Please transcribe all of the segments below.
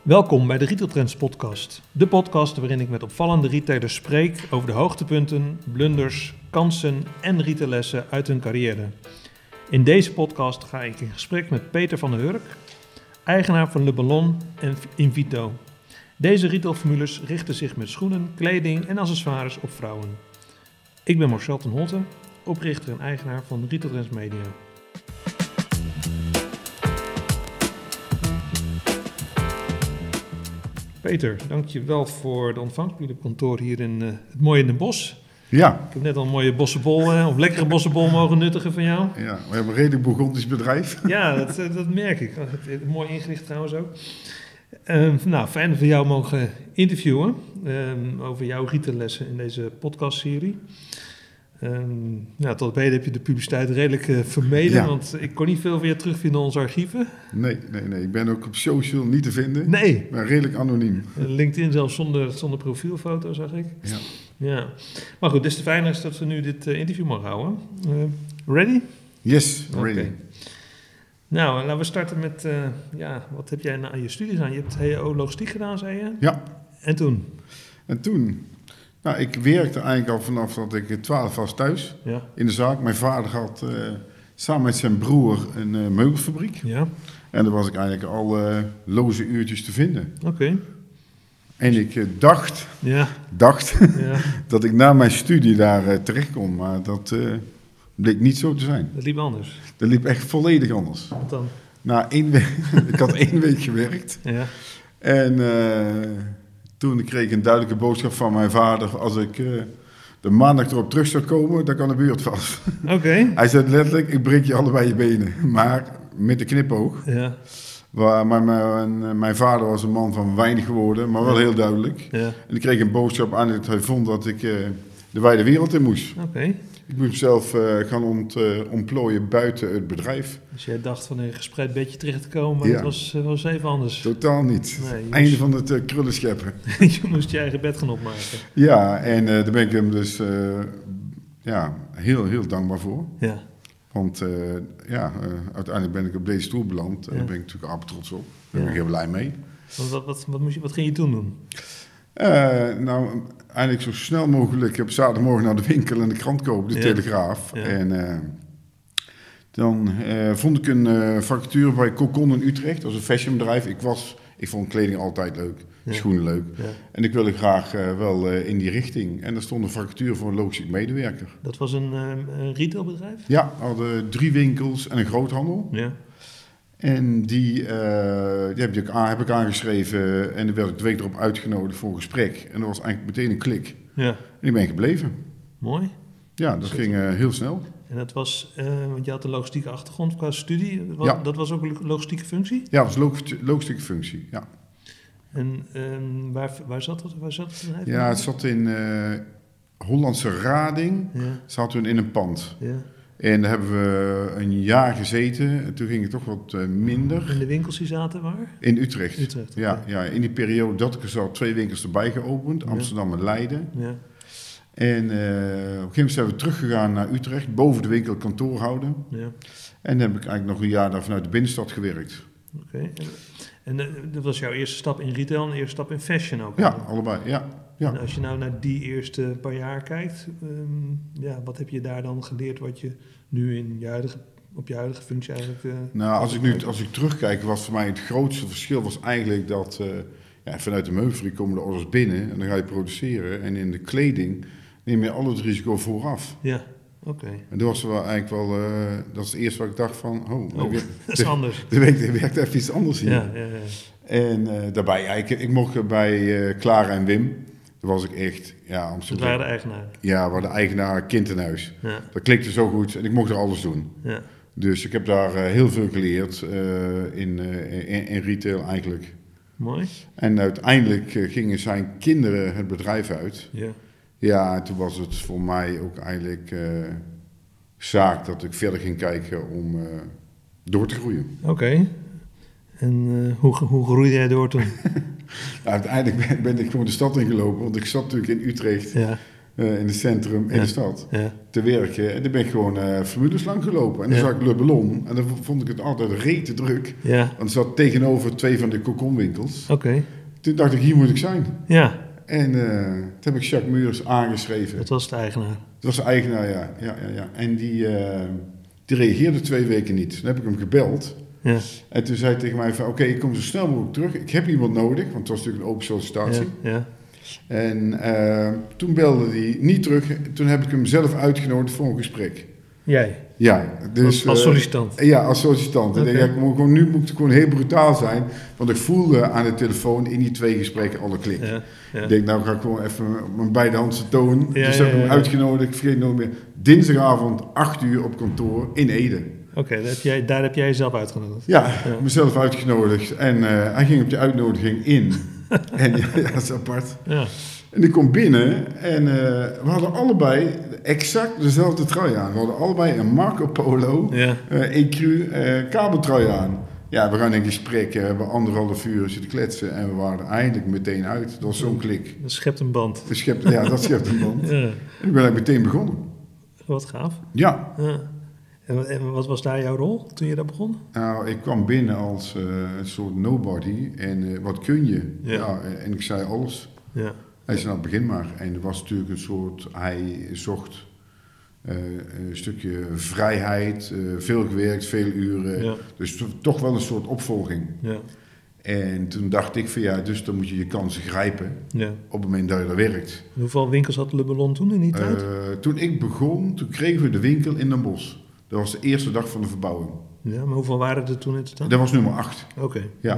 Welkom bij de Retail Trends podcast. De podcast waarin ik met opvallende retailers spreek over de hoogtepunten, blunders, kansen en retaillessen uit hun carrière. In deze podcast ga ik in gesprek met Peter van der Hurk, eigenaar van Le Ballon en Invito. Deze retailformules richten zich met schoenen, kleding en accessoires op vrouwen. Ik ben Marcel ten Holte, oprichter en eigenaar van Retail Trends Media. Peter, dankjewel voor de ontvangst bij jullie kantoor hier in het mooie Den Bosch. Ja. Ik heb net al een mooie bossenbol, of lekkere bossenbol mogen nuttigen van jou. Ja, we hebben een redelijk Bourgondisch bedrijf. Ja, dat merk ik. Mooi ingericht trouwens ook. Fijn dat we jou mogen interviewen over jouw retaillessen in deze podcastserie. Tot op heden heb je de publiciteit redelijk vermeden, ja. Want ik kon niet veel van je terugvinden in onze archieven. Nee. Ik ben ook op social niet te vinden. Nee. Ik ben redelijk anoniem. LinkedIn zelfs zonder profielfoto, zag ik. Ja. Maar goed, des te fijner is dat we nu dit interview mogen houden. Ready? Yes, ready. Okay. Nou, laten we starten met, wat heb jij na je studie gedaan? Je hebt HO Logistiek gedaan, zei je? Ja. En toen? Nou, ik werkte eigenlijk al vanaf dat ik 12 was thuis in de zaak. Mijn vader had samen met zijn broer een meubelfabriek. Ja. En daar was ik eigenlijk al loze uurtjes te vinden. Oké. En ik dacht dat ik na mijn studie daar terecht kon, maar dat bleek niet zo te zijn. Dat liep anders? Dat liep echt volledig anders. Wat dan? Na 1 week, ik had 1 week gewerkt. Ja. En toen kreeg ik een duidelijke boodschap van mijn vader, als ik de maandag erop terug zou komen, dan kan de buurt vast. Oké. Hij zei letterlijk, ik breek je allebei je benen, maar met een knipoog. Ja. Maar mijn vader was een man van weinig woorden, maar wel heel duidelijk. Ja. En ik kreeg een boodschap aan dat hij vond dat ik de wijde wereld in moest. Oké. Ik moest mezelf gaan ontplooien buiten het bedrijf. Dus jij dacht van een gespreid bedje terecht te komen, maar het was even anders. Totaal niet. Nee, einde van het krullen scheppen. Je moest je eigen bed gaan opmaken. Ja, en daar ben ik hem dus heel, heel dankbaar voor. Ja. Want uiteindelijk ben ik op deze stoel beland. En daar ben ik natuurlijk amper trots op. Daar ben ik heel blij mee. Wat ging je toen doen? Eigenlijk zo snel mogelijk op zaterdagmorgen naar de winkel en de krant kopen, de Telegraaf. Ja. En dan vond ik een vacature bij Cocon in Utrecht. Dat was een fashionbedrijf. Ik vond kleding altijd leuk, schoenen leuk. Ja. En ik wilde graag wel in die richting. En er stond een vacature voor een logistiek medewerker. Dat was een retailbedrijf? Ja, we hadden 3 winkels en een groothandel. Ja. En die heb ik aangeschreven en dan werd ik 2 weken erop uitgenodigd voor een gesprek. En dat was eigenlijk meteen een klik. Ja. En ik ben gebleven. Mooi. Ja, dat ging heel snel. En dat was, want je had een logistieke achtergrond qua studie. Dat was ook een logistieke functie? Ja, dat was een logistieke functie, ja. En waar zat het? Ja, het zat in Hollandse Rading. Ja. Zaten we in een pand. Ja. En daar hebben we een jaar gezeten. En toen ging het toch wat minder. En de winkels die zaten waar? In Utrecht. Ja, in die periode dat ik er zat 2 winkels erbij geopend. Amsterdam en Leiden. Ja. En op een gegeven moment zijn we teruggegaan naar Utrecht. Boven de winkel kantoor houden. Ja. En dan heb ik eigenlijk nog een jaar daar vanuit de binnenstad gewerkt. Oké. En dat was jouw eerste stap in retail en de eerste stap in fashion ook? Ja, allebei, ja. En als je nou naar die eerste paar jaar kijkt, wat heb je daar dan geleerd wat je nu op je huidige functie eigenlijk... Als ik terugkijk, was voor mij het grootste verschil was eigenlijk dat vanuit de meubelfabriek komen de orders binnen en dan ga je produceren. En in de kleding neem je al het risico vooraf. Ja, oké. En dat was eigenlijk wel, dat is het eerste wat ik dacht van, dat is anders. Er werkt even iets anders hier. Ja. En daarbij, ik mocht bij Clara en Wim. Toen was ik echt, Dat waren de eigenaren? Ja, we waren de eigenaar, kind in huis. Ja. Dat klikte zo goed en ik mocht er alles doen. Ja. Dus ik heb daar heel veel geleerd in retail eigenlijk. Mooi. En uiteindelijk gingen zijn kinderen het bedrijf uit. Ja. Ja, en toen was het voor mij ook eigenlijk zaak dat ik verder ging kijken om door te groeien. Oké. En hoe groeide jij door toen? Uiteindelijk ben ik gewoon de stad ingelopen, want ik zat natuurlijk in Utrecht. Ja. in het centrum, in de stad, te werken. En dan ben ik gewoon formules lang gelopen. En dan zag ik Le Ballon. En dan vond ik het altijd rete druk. Ja. Want het zat tegenover 2 van de Coconwinkels. Oké. Toen dacht ik, hier moet ik zijn. Ja. En toen heb ik Jacques Meurs aangeschreven. Dat was de eigenaar. Dat was de eigenaar, ja. En die reageerde 2 weken niet. Toen heb ik hem gebeld. Ja. En toen zei hij tegen mij van, oké, ik kom zo snel mogelijk terug. Ik heb iemand nodig, want het was natuurlijk een open sollicitatie. Ja. En toen belde hij niet terug. Toen heb ik hem zelf uitgenodigd voor een gesprek. Jij? Ja. Dus, als sollicitant? Ja, als sollicitant. Okay. Ik denk, nu moet ik gewoon heel brutaal zijn. Want ik voelde aan de telefoon in die 2 gesprekken alle klik. Ja. Ik denk, nou ga ik gewoon even mijn bijdehandse toon. Dus heb ik hem uitgenodigd. Ik vergeet nooit meer. Dinsdagavond 8:00 op kantoor in Ede. Oké, daar heb jij jezelf uitgenodigd? Ja, mezelf uitgenodigd. En hij ging op die uitnodiging in. En dat is apart. Ja. En ik kom binnen en we hadden allebei exact dezelfde trui aan. We hadden allebei een Marco Polo, EQ, kabeltrui aan. Ja, we gaan in gesprek, we hebben 1,5 uur zitten kletsen en we waren er eindelijk meteen uit. Dat was zo'n klik. Dat schept een band. Dat schept een band. Ja. En ik ben eigenlijk meteen begonnen. Wat gaaf. Ja. En wat was daar jouw rol toen je daar begon? Nou, ik kwam binnen als een soort nobody en wat kun je? Ja, en ik zei alles. Ja. Hij zei, nou begin maar. En er was natuurlijk een soort, hij zocht een stukje vrijheid, veel gewerkt, veel uren. Ja. Dus toch wel een soort opvolging. Ja. En toen dacht ik van dus dan moet je je kansen grijpen op het moment dat je daar werkt. En hoeveel winkels had Le Ballon toen in die tijd? Toen ik begon, toen kregen we de winkel in Den Bosch. Dat was de eerste dag van de verbouwing. Ja, maar hoeveel waren er toen in totaal? Dat was nummer 8. Oké. Ja.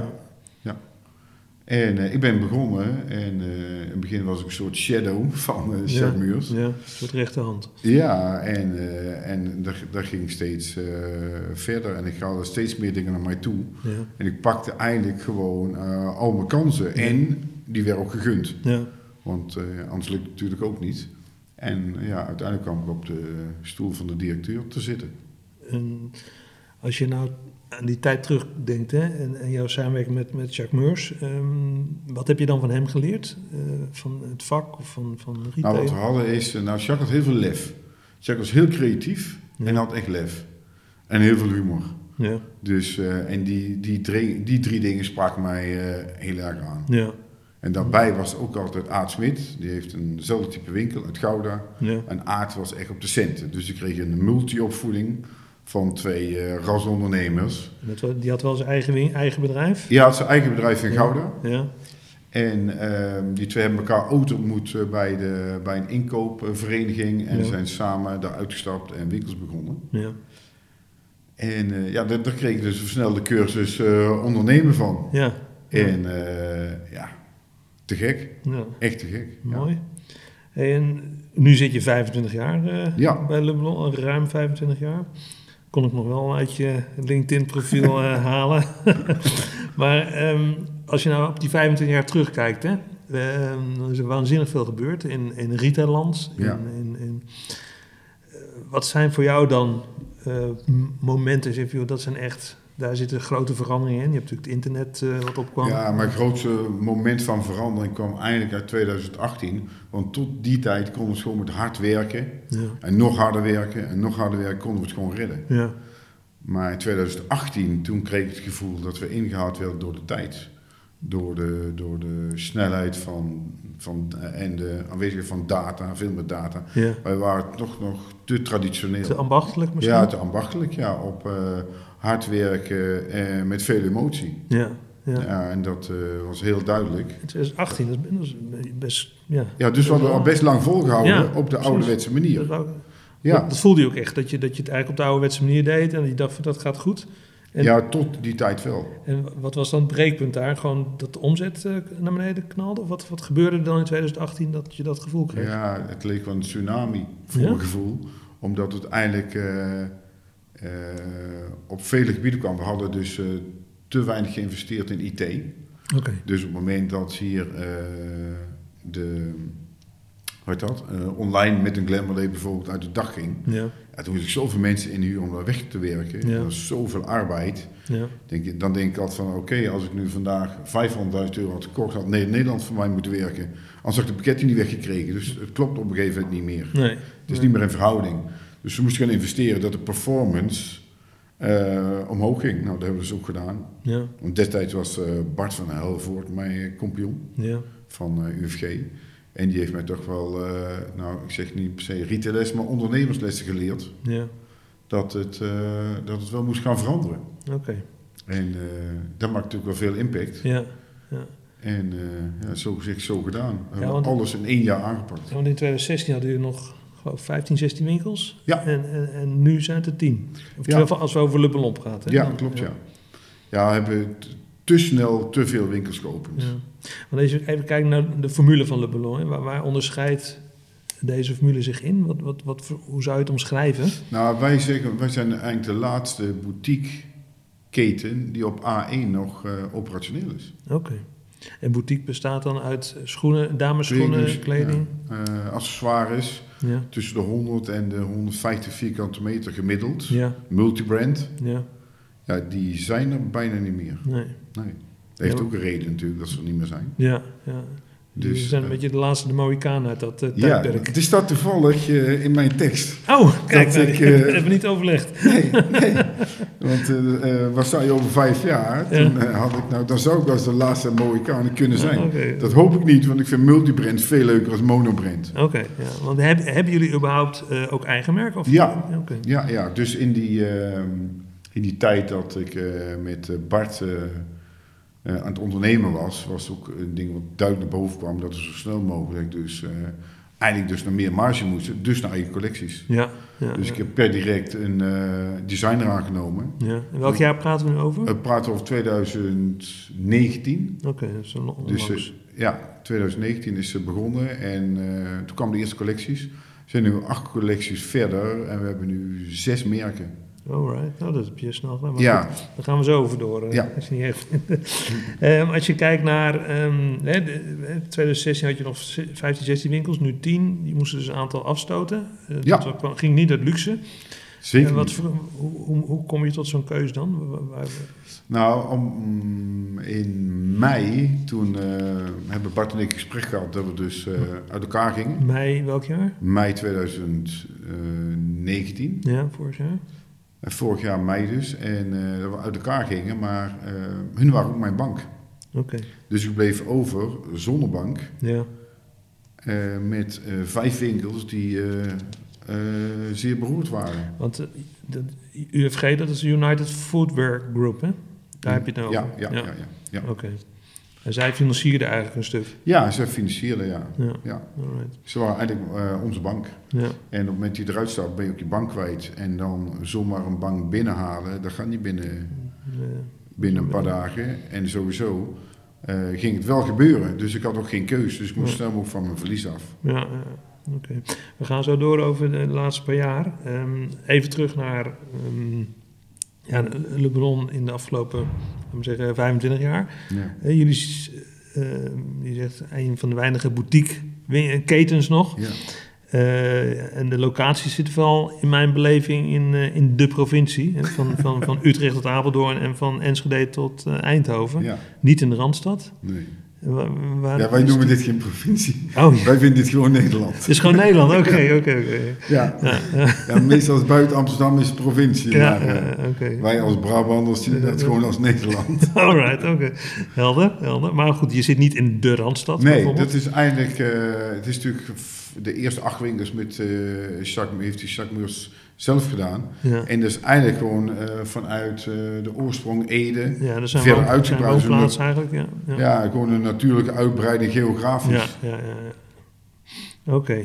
En ik ben begonnen en in het begin was ik een soort shadow van Jacques Meurs. Ja, een soort rechterhand. Ja, en dat ging steeds verder en ik haalde steeds meer dingen naar mij toe. Ja. En ik pakte eigenlijk gewoon al mijn kansen en die werden ook gegund. Ja. Want anders lukt het natuurlijk ook niet. En uiteindelijk kwam ik op de stoel van de directeur te zitten. En als je nou aan die tijd terugdenkt en jouw samenwerking met Jacques Meurs, wat heb je dan van hem geleerd? Van het vak of van retail? Nou, wat we hadden is, Jacques had heel veel lef. Jacques was heel creatief en had echt lef. En heel veel humor. Ja. Dus, en die 3 dingen spraken mij heel erg aan. Ja. En daarbij was ook altijd Aart Smit, die heeft eenzelfde type winkel uit Gouda. Ja. En Aart was echt op de centen. Dus ik kreeg een multi-opvoeding van 2 rasondernemers. Die had wel zijn eigen bedrijf? Ja, had zijn eigen bedrijf in Gouda. Ja. En die 2 hebben elkaar ooit ontmoet bij een inkoopvereniging. En zijn samen daar uitgestapt en winkels begonnen. Ja. En daar kreeg ik dus een versnelde cursus ondernemen van. Ja. En te gek. Ja. Echt te gek. Mooi. Ja. En nu zit je 25 jaar bij Le Ballon, ruim 25 jaar. Kon ik nog wel uit je LinkedIn-profiel halen. Maar als je nou op die 25 jaar terugkijkt, er is er waanzinnig veel gebeurd in retailland. Ja. Wat zijn voor jou dan momenten, dat zijn echt... Daar zitten grote veranderingen in. Je hebt natuurlijk het internet wat opkwam. Ja, mijn grootste moment van verandering kwam eigenlijk uit 2018. Want tot die tijd konden we gewoon met hard werken. Ja. En nog harder werken. En nog harder werken konden we het gewoon redden. Ja. Maar in 2018, toen kreeg ik het gevoel dat we ingehaald werden door de tijd. Door de snelheid en de aanwezigheid van data, veel meer data. Ja. Wij waren toch nog te traditioneel. Te ambachtelijk misschien? Ja, te ambachtelijk. Ja, op hard werken en met veel emotie. Ja. Ja, en dat was heel duidelijk. In 2018, dat is best... Ja, dus we hadden al best lang volgehouden op de ouderwetse manier. Dat voelde je ook echt, dat je het eigenlijk op de ouderwetse manier deed en je dacht, dat gaat goed. En, tot die tijd wel. En wat was dan het breekpunt daar? Gewoon dat de omzet naar beneden knalde? Of wat gebeurde er dan in 2018 dat je dat gevoel kreeg? Ja, het leek wel een tsunami voor mijn gevoel. Omdat het eigenlijk op vele gebieden kwam. We hadden dus te weinig geïnvesteerd in IT. Okay. Dus op het moment dat hier online met een Glamour bijvoorbeeld uit de dag ging. Ja. Ja, toen moest ik zoveel mensen inhuren om daar weg te werken. Ja. Dat was zoveel arbeid. Ja. Dan denk ik altijd van oké, als ik nu vandaag €500.000 had gekocht, had Nederland voor mij moeten werken. Anders had ik de pakketten niet weggekregen. Dus het klopt op een gegeven moment niet meer. Nee. Het is niet meer in verhouding. Dus we moesten gaan investeren dat de performance omhoog ging. Nou, dat hebben we dus ook gedaan. Ja. Want destijds was Bart van Helvoort mijn compagnon van UFG. En die heeft mij toch wel, ik zeg niet per se retailles, maar ondernemerslessen geleerd. Ja. Dat het wel moest gaan veranderen. Oké. En dat maakt natuurlijk wel veel impact. Ja. Ja. En zo gezegd, zo gedaan. We Ja, hebben alles in 1 jaar aangepakt. Ja, want in 2016 hadden jullie nog, geloof 15, 16 winkels. Ja. En nu zijn het er 10. Als we over Le Ballon praten. Ja, klopt, ja. Ja, we hebben te snel te veel winkels geopend. Ja. Want als je even kijkt naar de formule van Le Ballon, hè, waar onderscheidt deze formule zich in? Hoe zou je het omschrijven? Nou, wij zijn eigenlijk de laatste boutique-keten die op A1 nog operationeel is. Oké. En boutique bestaat dan uit schoenen, damesschoenen, kleding? Accessoires, tussen de 100 en de 150 vierkante meter gemiddeld. Ja. Multibrand. Ja. Ja, die zijn er bijna niet meer. Nee. Dat heeft ook een reden natuurlijk dat ze er niet meer zijn. Ja, ja. Dus we zijn een beetje de laatste de Mohikanen uit dat tijdperk. Ja, het staat toevallig in mijn tekst. Oh, kijk, ik heb het niet overlegd. Nee. Want waar sta je over 5 jaar? Toen had ik, dan zou ik wel eens de laatste Mohikanen kunnen zijn. Okay. Dat hoop ik niet, want ik vind multibrand veel leuker als monobrand. Oké, ja. Want hebben jullie überhaupt ook eigen merk? Of? Ja. Okay. Ja, dus in die tijd dat ik met Bart aan het ondernemen was ook een ding wat duidelijk naar boven kwam, dat we zo snel mogelijk eigenlijk dus naar meer marge moesten, dus naar eigen collecties. Ja, dus ik heb per direct een designer aangenomen. Ja. En welk jaar praten we nu over? We praten over 2019. Oké, dat is een onlangs. 2019 is ze begonnen en toen kwamen de eerste collecties. Er zijn nu 8 collecties verder en we hebben nu 6 merken. Alright, nou dat heb je snel gedaan. Maar goed, daar gaan we zo over door. Als je niet heeft. Als je kijkt naar 2016 had je nog 15, 16 winkels, nu 10. Die moesten dus een aantal afstoten. Dat ging niet uit luxe. Zeker hoe kom je tot zo'n keus dan? Nou, in mei, toen hebben Bart en ik een gesprek gehad dat we dus uit elkaar gingen. Mei welk jaar? Mei 2019. Ja, vorig jaar. Vorig jaar mei dus. En dat we uit elkaar gingen, maar hun waren ook mijn bank. Okay. Dus ik bleef over zonder bank. Ja. Met 5 winkels die zeer beroerd waren. Want de UFG, dat is de United Footwear Group, hè? Daar heb je het over. Ja. Oké. En zij financierden eigenlijk een stuk? Ja, zij financierden, ja. Ze waren eigenlijk onze bank. Ja. En op het moment dat je eruit stapt, ben je ook je bank kwijt. En dan zomaar een bank binnenhalen, dat gaat niet binnen een paar dagen. En sowieso ging het wel gebeuren. Dus ik had ook geen keus. Dus ik moest snel mogelijk van mijn verlies af. Ja. Oké. We gaan zo door over de laatste paar jaar. Even terug naar Le Ballon in de afgelopen, laten we zeggen, 25 jaar. Ja. Je zegt een van de weinige boutique-ketens nog. Ja. En de locaties zitten wel in mijn beleving in de provincie. Hè, van Utrecht tot Apeldoorn en van Enschede tot Eindhoven. Ja. Niet in de Randstad. Nee. Wij noemen dit geen provincie. Oh, ja. Wij vinden dit gewoon Nederland. Het is gewoon Nederland, oké. Ja, meestal als buiten Amsterdam is het provincie. Maar wij als Brabanders zien dat gewoon als Nederland. Alright, oké. Helder. Maar goed, je zit niet in de Randstad. Nee, dat is eigenlijk... het is natuurlijk de eerste 8 winkels met Jacques Meurs zelf gedaan. Ja. En dus eigenlijk gewoon vanuit de oorsprong Ede verder uitgebreid. Woonplaats eigenlijk, ja, gewoon een natuurlijke uitbreiding geografisch. Ja. Oké.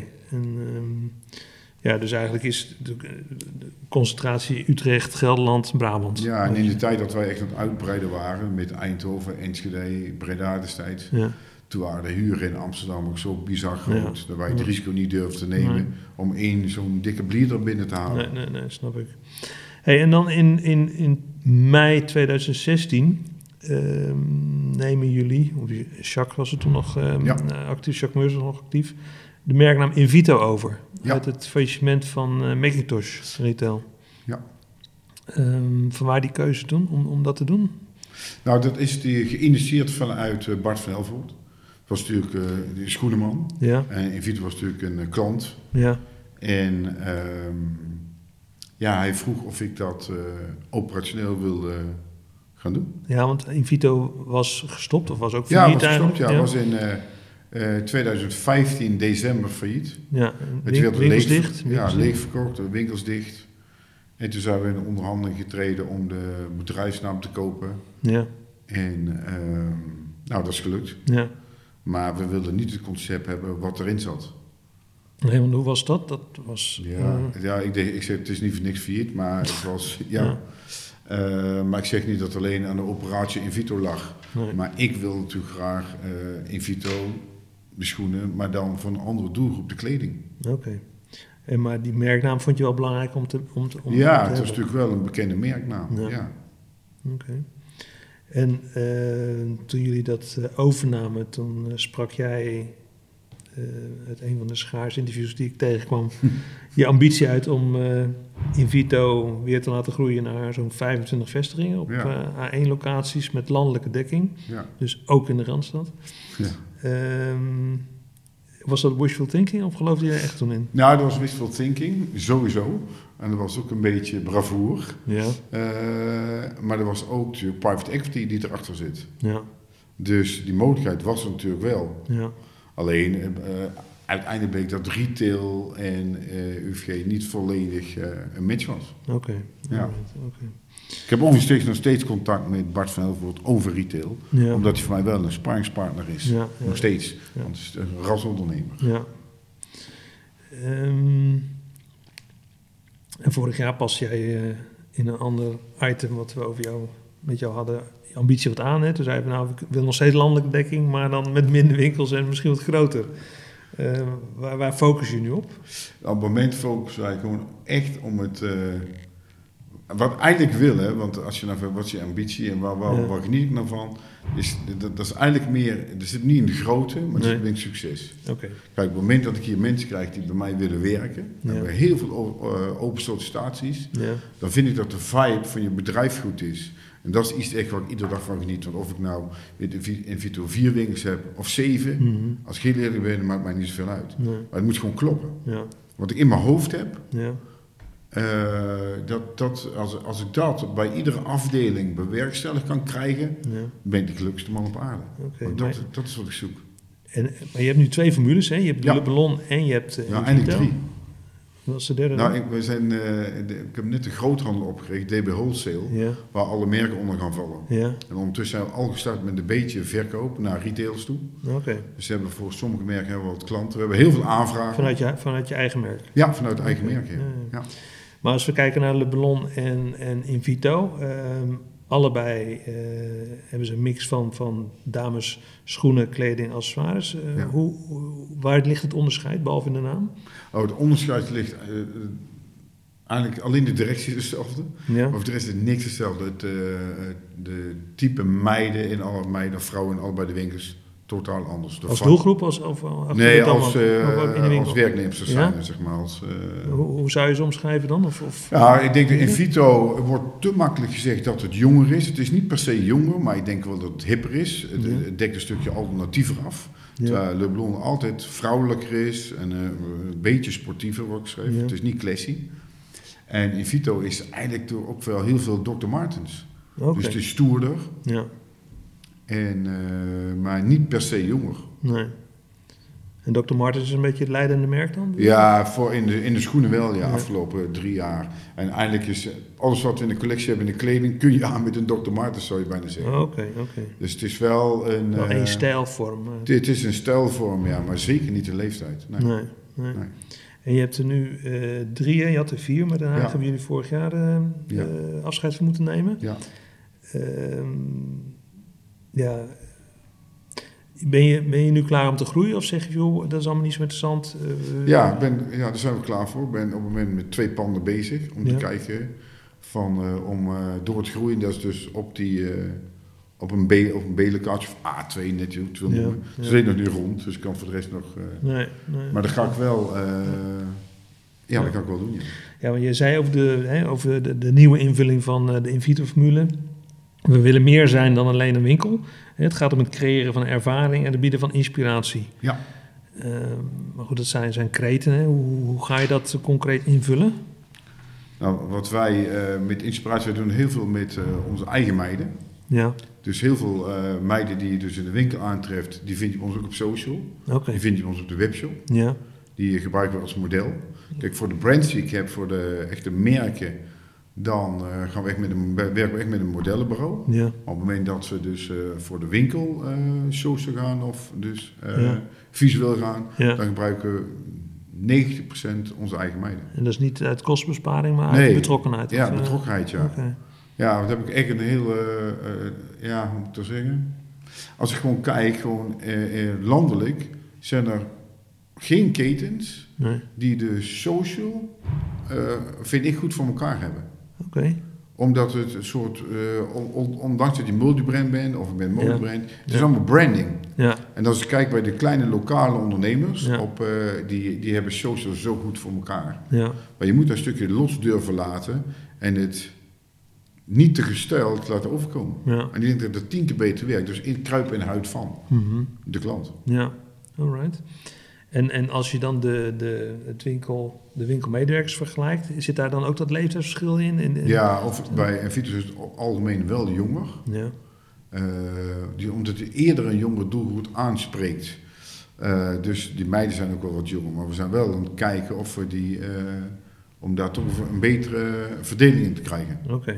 En dus eigenlijk is de concentratie Utrecht, Gelderland, Brabant. Ja, en in de tijd dat wij echt aan het uitbreiden waren met Eindhoven, Enschede, Breda destijds... Ja. Toen waren de huren in Amsterdam ook zo bizar groot... dat wij het risico niet durfden te nemen... om zo'n dikke blieder binnen te halen. Nee, snap ik. Hey, en dan in mei 2016 nemen jullie... Jacques was er toen nog actief, Jacques Meurs was nog actief... de merknaam Invito over. Ja. Uit het faillissement van Macintosh Retail. Ja. Vanwaar die keuze toen om dat te doen? Nou, dat is geïnitieerd vanuit Bart van Helvoort. Dat was natuurlijk de schoenenman. Ja. En Invito was natuurlijk een klant. Ja. En hij vroeg of ik dat operationeel wilde gaan doen. Ja, want Invito was gestopt of was ook Ja, failliet was gestopt. eigenlijk? Ja, was in 2015 december failliet. Ja, Winkels dicht? Leeg verkocht, de winkels dicht. En toen zijn we in de onderhandeling getreden om de bedrijfsnaam te kopen. Ja. En dat is gelukt. Ja. Maar we wilden niet het concept hebben wat erin zat. Nee, want hoe was dat? Dat was... Ik zeg, het is niet voor niks failliet, maar het was... maar ik zeg niet dat alleen aan de operatie Invito lag. Nee. Maar ik wil natuurlijk graag Invito, de schoenen, maar dan voor een andere doelgroep, de kleding. Oké. Maar die merknaam vond je wel belangrijk om te ja, het was natuurlijk wel een bekende merknaam. Ja. Oké. En toen jullie dat overnamen, toen sprak jij uit een van de schaarse interviews die ik tegenkwam, je ambitie uit om Invito weer te laten groeien naar zo'n 25 vestigingen op A1 locaties met landelijke dekking. Ja. Dus ook in de Randstad. Ja. Was dat wishful thinking of geloofde je er echt toen in? Nou, dat was wishful thinking, sowieso. En dat was ook een beetje bravoer. Ja. Maar er was ook de private equity die erachter zit. Ja. Dus die mogelijkheid was er natuurlijk wel. Ja. Alleen, uiteindelijk bleek dat retail en UVG niet volledig een match was. Oké. Ja. Ik heb ongeveer nog steeds contact met Bart van Helvoort over retail. Ja. Omdat hij voor mij wel een sparringspartner is. Ja, ja. Nog steeds. Ja. Want het is een rasondernemer. Ja. En vorig jaar pas jij in een ander item wat we met jou hadden, ambitie wat aan. Hè? Toen zeiden we, ik wil nog steeds landelijke dekking, maar dan met minder winkels en misschien wat groter. Waar focus je nu op? Op het moment focussen wij gewoon echt om het... wat ik eigenlijk wil, hè, want als je nou wat is je ambitie en waar geniet ik nou van, dat is eigenlijk meer, dat zit niet in de grootte, maar dat is in succes. Okay. Kijk, op het moment dat ik hier mensen krijg die bij mij willen werken, dan hebben we heel veel open sollicitaties, dan vind ik dat de vibe van je bedrijf goed is. En dat is iets echt waar ik iedere dag van geniet. Want of ik nou in Invito 4 winkels heb of 7, als ik heel eerlijk ben, maakt mij niet zoveel uit. Nee. Maar het moet gewoon kloppen. Ja. Wat ik in mijn hoofd heb, als ik dat bij iedere afdeling bewerkstellig kan krijgen, ben ik de gelukkigste man op aarde. Okay, dat is wat ik zoek. Maar je hebt nu 2 formules, hè? Je hebt Le Ballon en je hebt eindelijk 3. Wat was de derde? Nou, ik heb net de groothandel opgericht, DB Wholesale, waar alle merken onder gaan vallen. Ja. En ondertussen zijn we al gestart met een beetje verkoop naar retailers toe. Okay. Dus we hebben voor sommige merken wat klanten. We hebben heel veel aanvragen. Vanuit je eigen merk? Ja, vanuit het eigen merk, ja. Maar als we kijken naar Le Ballon en Invito, allebei hebben ze een mix van dames, schoenen, kleding, accessoires. Waar ligt het onderscheid, behalve in de naam? Het onderscheid ligt eigenlijk alleen de directie is hetzelfde. Ja. Of de rest is niks hetzelfde. De type meiden in alle meiden, vrouwen in allebei de winkels, totaal anders. Als doelgroep? Als werknemers zijn, zeg maar. Hoe zou je ze omschrijven dan? Ja, ik denk dat Invito wordt te makkelijk gezegd dat het jonger is. Het is niet per se jonger, maar ik denk wel dat het hipper is. Het dekt een stukje alternatiever af. Ja. Terwijl Le Ballon altijd vrouwelijker is en een beetje sportiever wordt geschreven. Ja. Het is niet classy. En Invito is eigenlijk door ook wel heel veel Dr. Martens. Okay. Dus het is stoerder. Ja. Maar niet per se jonger. Nee. En Dr. Martens is een beetje het leidende merk dan? Ja, in de schoenen wel, afgelopen 3 jaar. En eigenlijk is alles wat we in de collectie hebben in de kleding, kun je aan met een Dr. Martens, zou je bijna zeggen. Oké. Dus het is wel een stijlvorm. Het is een stijlvorm, ja, maar zeker niet de leeftijd. Nee. En je hebt er nu 3, je had er 4, maar daarna hebben jullie vorig jaar afscheid van moeten nemen. Ja. Ben je nu klaar om te groeien of zeg je, joh, dat is allemaal niet zo interessant? Daar zijn we klaar voor. Ik ben op het moment met 2 panden bezig om te kijken om door het groeien, dat is dus op een B-locatie of A2 net, je het wil noemen. Ze zijn nog niet rond, dus ik kan voor de rest nog... Nee. Maar dat ga ik wel... dat kan ik wel doen, ja. Ja, want je zei over de nieuwe invulling van de in-vitro-formule. We willen meer zijn dan alleen een winkel. Het gaat om het creëren van ervaring en het bieden van inspiratie. Ja. Maar goed, dat zijn kreten. Hè? Hoe ga je dat concreet invullen? Nou, wat wij met inspiratie doen, heel veel met onze eigen meiden. Ja. Dus heel veel meiden die je dus in de winkel aantreft, die vind je bij ons ook op social. Okay. Die vind je bij ons op de webshop. Ja. Die gebruiken we als model. Kijk, voor de brands die ik heb, voor de echte merken, dan werken we echt met een modellenbureau. Ja. Op het moment dat ze dus voor de winkel social gaan of dus visueel gaan, dan gebruiken we 90% onze eigen meiden. En dat is niet uit kostenbesparing, maar uit betrokkenheid? Ja, betrokkenheid, ja. Okay. Ja, dat heb ik echt een hele, hoe moet ik dat zeggen? Als ik gewoon kijk, landelijk zijn er geen ketens die de social, vind ik, goed voor elkaar hebben. Oké. Omdat het een soort, ondanks dat je multibrand bent of ik ben monobrand, het is allemaal branding. Ja. En als ik kijk bij de kleine lokale ondernemers, die hebben social zo goed voor elkaar. Ja. Maar je moet een stukje los durven laten en het niet te gesteld laten overkomen. Ja. En ik denk dat het 10 keer beter werkt. Dus kruipen in de huid van de klant. Ja, alright. En als je dan de winkelmedewerkers vergelijkt, zit daar dan ook dat leeftijdsverschil in? Ja, of bij in-vitro is het algemeen wel jonger. Ja. Omdat je eerder een jongere doelgroep aanspreekt. Dus die meiden zijn ook wel wat jonger. Maar we zijn wel aan het kijken of we om daar toch een betere verdeling in te krijgen. Oké.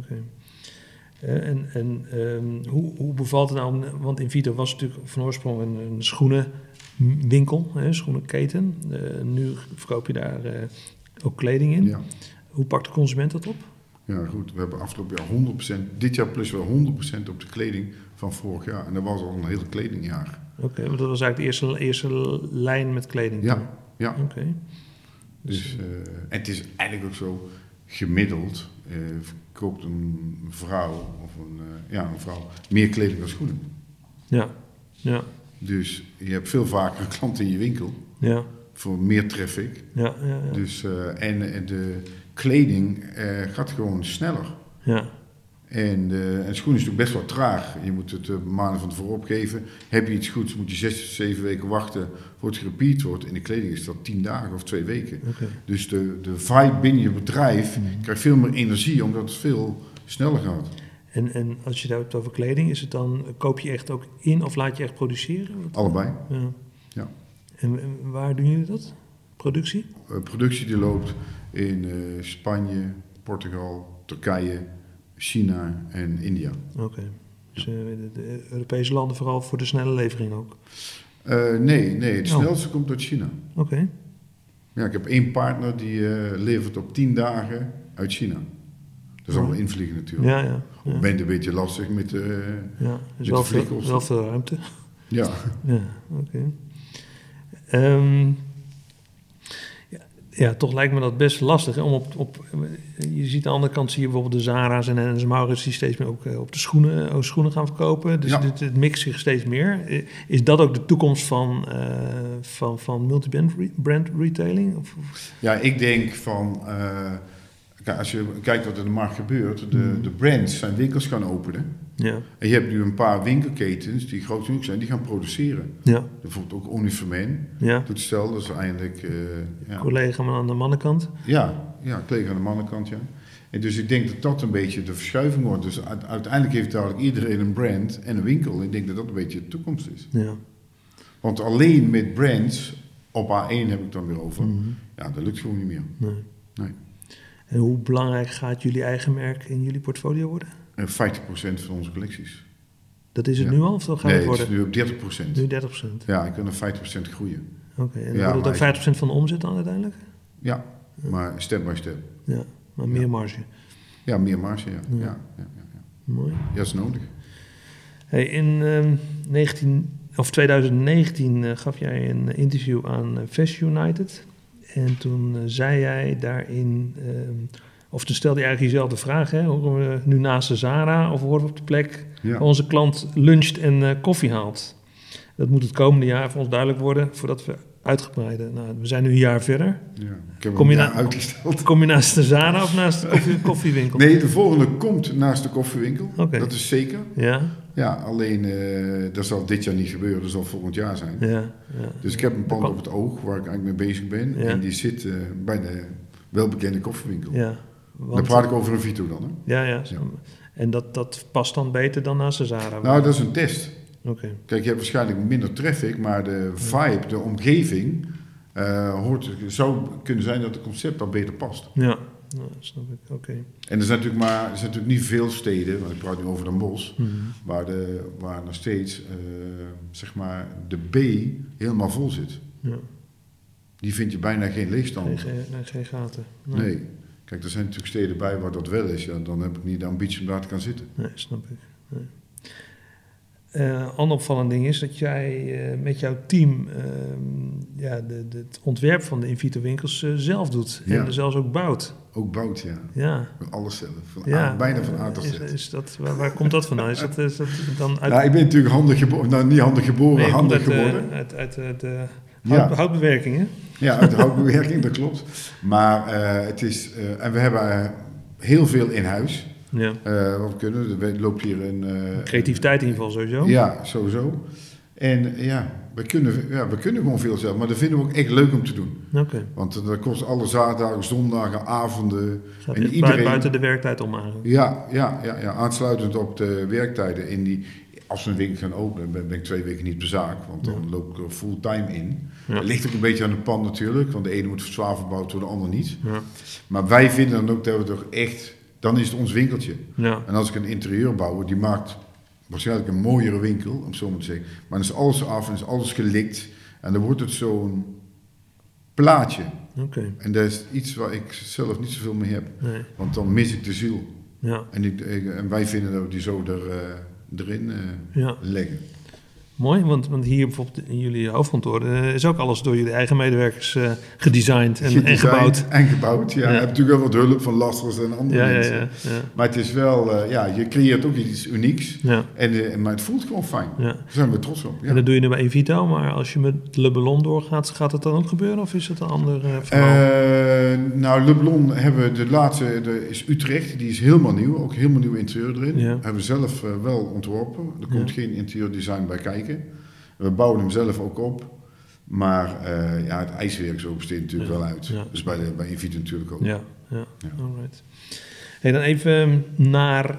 Hoe bevalt het nou? Want in-vitro was natuurlijk van oorsprong een schoenenwinkel, schoenenketen. Nu verkoop je daar ook kleding in. Ja. Hoe pakt de consument dat op? Ja, goed. We hebben afgelopen jaar 100%, dit jaar plus wel 100% op de kleding van vorig jaar. En dat was al een hele kledingjaar. Oké, want dat was eigenlijk de eerste lijn met kleding. Ja. Oké. Dus, en het is eigenlijk ook zo gemiddeld. Koopt een vrouw een vrouw meer kleding dan schoenen. Ja. Dus je hebt veel vaker klanten in je winkel. Ja. Voor meer traffic. Ja. Dus, en de kleding gaat gewoon sneller. Ja. En schoenen is natuurlijk best wel traag. Je moet het maanden van tevoren opgeven. Heb je iets goeds, moet je 6, 7 weken wachten voor het gerepeat wordt. In de kleding is dat 10 dagen of 2 weken. Okay. Dus de vibe binnen je bedrijf krijgt veel meer energie, omdat het veel sneller gaat. En als je het hebt over kleding, is het dan, koop je echt ook in of laat je echt produceren? Allebei. Ja. En waar doen jullie dat? Productie? Productie die loopt in Spanje, Portugal, Turkije, China en India. Oké. Dus de Europese landen vooral voor de snelle levering ook? Nee, het snelste komt uit China. Oké. Ja, ik heb 1 partner die levert op 10 dagen uit China. Dat is allemaal invliegen natuurlijk. Ja. Op bent een beetje lastig met de dus wel veel ruimte. Ja. Oké. Ja, toch lijkt me dat best lastig. Hè? Om je ziet aan de andere kant, zie je bijvoorbeeld de Zara's en de Maurits die steeds meer ook op de schoenen gaan verkopen. Dus het mixt zich steeds meer. Is dat ook de toekomst van multi-brand retailing? Of? Ja, ik denk van... als je kijkt wat er in de markt gebeurt, de brands zijn winkels gaan openen. Ja. En je hebt nu een paar winkelketens die groot genoeg zijn, die gaan produceren. Ja. Bijvoorbeeld ook Uniformen doet hetzelfde. Dat is eigenlijk... collega aan de mannenkant. Ja, collega aan de mannenkant, ja. En dus ik denk dat dat een beetje de verschuiving wordt. Dus uiteindelijk heeft dadelijk iedereen een brand en een winkel. Ik denk dat dat een beetje de toekomst is. Ja. Want alleen met brands, op A1 heb ik het dan weer over, dat lukt gewoon niet meer. Nee. En hoe belangrijk gaat jullie eigen merk in jullie portfolio worden? 50% van onze collecties. Dat is het nu al? Of gaat het worden? Het is nu op 30%. Nu 30%? Ja, ik kan er 50% groeien. Oké, en dan wordt het ook 50% van de omzet dan uiteindelijk? Ja, maar step by step. Ja, maar meer marge? Ja, meer marge, ja. Mooi. Ja, dat is nodig. Hey, in 2019 gaf jij een interview aan Fashion United. En toen zei jij daarin Of dan stelde je eigenlijk jezelf de vraag, hè, horen we nu naast de Zara of horen we op de plek waar onze klant luncht en koffie haalt? Dat moet het komende jaar voor ons duidelijk worden voordat we uitgebreiden. Nou, we zijn nu een jaar verder. Ja, ik heb hem uitgesteld. Kom je naast de Zara of naast de koffiewinkel? Nee, de volgende komt naast de koffiewinkel. Okay. Dat is zeker. Ja. Ja, alleen dat zal dit jaar niet gebeuren, dat zal volgend jaar zijn. Ja. Dus ik heb een pand op het oog waar ik eigenlijk mee bezig ben. Ja. En die zit bij de welbekende koffiewinkel. Ja. Dan praat ik over een Vito dan, hè? Ja. En dat past dan beter dan naast de Zara? Nou, dat is een test. Okay. Kijk, je hebt waarschijnlijk minder traffic, maar de vibe, de omgeving, zou kunnen zijn dat het concept dan beter past. Ja, snap ik. Oké. En er zijn natuurlijk niet veel steden, want ik praat nu over Den Bosch, waar nog steeds zeg maar de B helemaal vol zit. Ja. Die vind je bijna geen leegstand. Geen gaten. Nee. Kijk, er zijn natuurlijk steden bij waar dat wel is. Ja, dan heb ik niet de ambitie om daar te gaan zitten. Nee, snap ik. Nee. Ander opvallend ding is dat jij met jouw team het ontwerp van de Invito winkels zelf doet. En er zelfs ook bouwt. Ook bouwt, ja. Alles zelf. Bijna van A tot Z. Waar komt dat vandaan? Is dat dan uit... Nou, ik ben natuurlijk handig geboren. Nou, niet handig geboren, handig geworden. Uit de houtbewerking, hè? Ja, uit de houtbewerking, dat klopt. Maar het is... en we hebben heel veel in huis. Ja. Wat we kunnen. Er loopt hier een... creativiteit in ieder geval sowieso. Ja, sowieso. En we kunnen gewoon veel zelf. Maar dat vinden we ook echt leuk om te doen. Okay. Want dat kost alle zaterdagen, zondagen, avonden. En iedereen... Buiten de werktijd om aan. Ja, aansluitend op de werktijden. Als we een winkel gaan openen, ben ik 2 weken niet per zaak. Want dan loop ik er fulltime in. Ja. Dat ligt ook een beetje aan de pand natuurlijk. Want de ene moet zwaar verbouwd worden, de ander niet. Ja. Maar wij vinden dan ook dat we toch echt... Dan is het ons winkeltje. Ja. En als ik een interieur bouw, die maakt waarschijnlijk een mooiere winkel, om zo maar te zeggen. Maar dan is alles af en is alles gelikt. En dan wordt het zo'n plaatje. Okay. En dat is iets waar ik zelf niet zoveel mee heb. Nee. Want dan mis ik de ziel. Ja. En wij vinden dat we die zo erin leggen. Mooi, want hier bijvoorbeeld in jullie hoofdkantoor is ook alles door jullie eigen medewerkers gedesigned en gebouwd. En gebouwd, ja. Je hebt natuurlijk wel wat hulp van lasters en andere mensen. Ja. Maar het is wel, je creëert ook iets unieks. Ja. Maar het voelt gewoon fijn. Ja. Daar zijn we trots op. Ja. En dat doe je nu bij Invito, maar als je met Le Ballon doorgaat, gaat het dan ook gebeuren of is het een ander verhaal? Le Ballon hebben we de laatste, is Utrecht, die is helemaal nieuw. Ook helemaal nieuw interieur erin. Ja. Hebben we zelf wel ontworpen. Er komt geen interieurdesign bij kijken. We bouwen hem zelf ook op. Maar het ijswerk zo besteedt natuurlijk wel uit. Ja. Dus bij Invito natuurlijk ook. Ja. Alright. Hey, dan even naar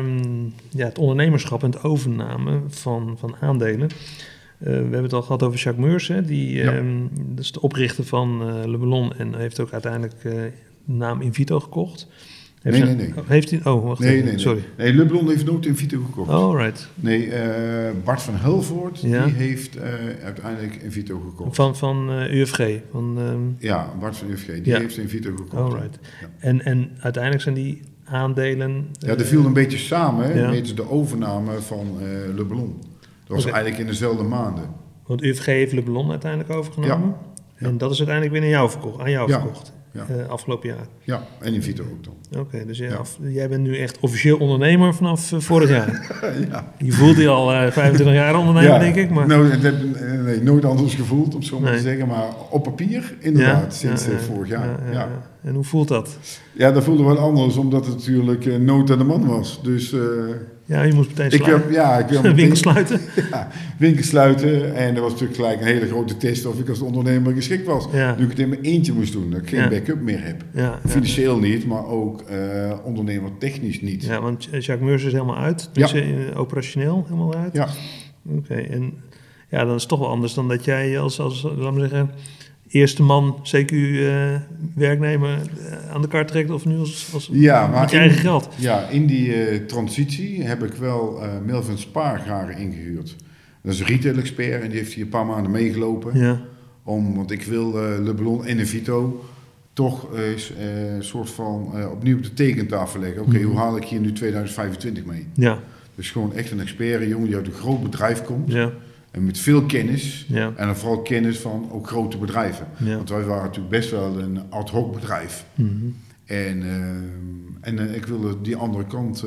het ondernemerschap en het overname van aandelen. We hebben het al gehad over Jacques Meurs. Hè? Dat is de oprichter van Le Ballon en heeft ook uiteindelijk de naam Invito gekocht. Nee. Heeft hij? Oh, wacht even. Sorry. Nee, Le Ballon heeft nooit Invito gekocht. Oh, right. Nee, Bart van Helvoort, die heeft uiteindelijk Invito gekocht. Van UFG? Ja, Bart van UFG, die heeft Invito gekocht. Oh, right. Ja. En uiteindelijk zijn die aandelen... Ja, dat viel een beetje samen met de overname van Le Ballon. Dat was eigenlijk in dezelfde maanden. Want UFG heeft Le Ballon uiteindelijk overgenomen? Ja. En dat is uiteindelijk weer aan jou verkocht? Afgelopen jaar. Ja, en Invito ook dan. Oké, dus jij bent nu echt officieel ondernemer vanaf vorig jaar. Ja. Je voelt je al 25 jaar ondernemer, denk ik. Maar... Nou, nee, nooit anders gevoeld, om zo maar te zeggen. Maar op papier, inderdaad, sinds vorig jaar. Ja. En hoe voelt dat? Ja, dat voelde wel anders, omdat het natuurlijk nood aan de man was. Dus... je moest meteen sluiten. Ik wil winkel sluiten. Ja, winkel sluiten. En dat was natuurlijk gelijk een hele grote test of ik als ondernemer geschikt was. Ja. Nu ik het in mijn eentje moest doen, dat ik geen backup meer heb. Ja, financieel niet, maar ook ondernemer technisch niet. Ja, want Jacques Meurs is helemaal uit. Dus operationeel helemaal uit. Ja. Oké, en dan is het toch wel anders dan dat jij als laten we zeggen... eerste man, CQ-werknemer aan de kar trekt of nu als met je eigen geld? Ja, in die transitie heb ik wel Melvin Spaargaren ingehuurd. Dat is een retail-expert en die heeft hier een paar maanden meegelopen. Ja. Want ik wil Le Ballon en Invito toch een soort van opnieuw op de tekentafel leggen. Oké, hoe haal ik hier nu 2025 mee? Ja. Dus gewoon echt een expert, een jongen die uit een groot bedrijf komt. Ja. En met veel kennis. Ja. En dan vooral kennis van ook grote bedrijven. Ja. Want wij waren natuurlijk best wel een ad hoc bedrijf. Mm-hmm. En ik wilde die andere kant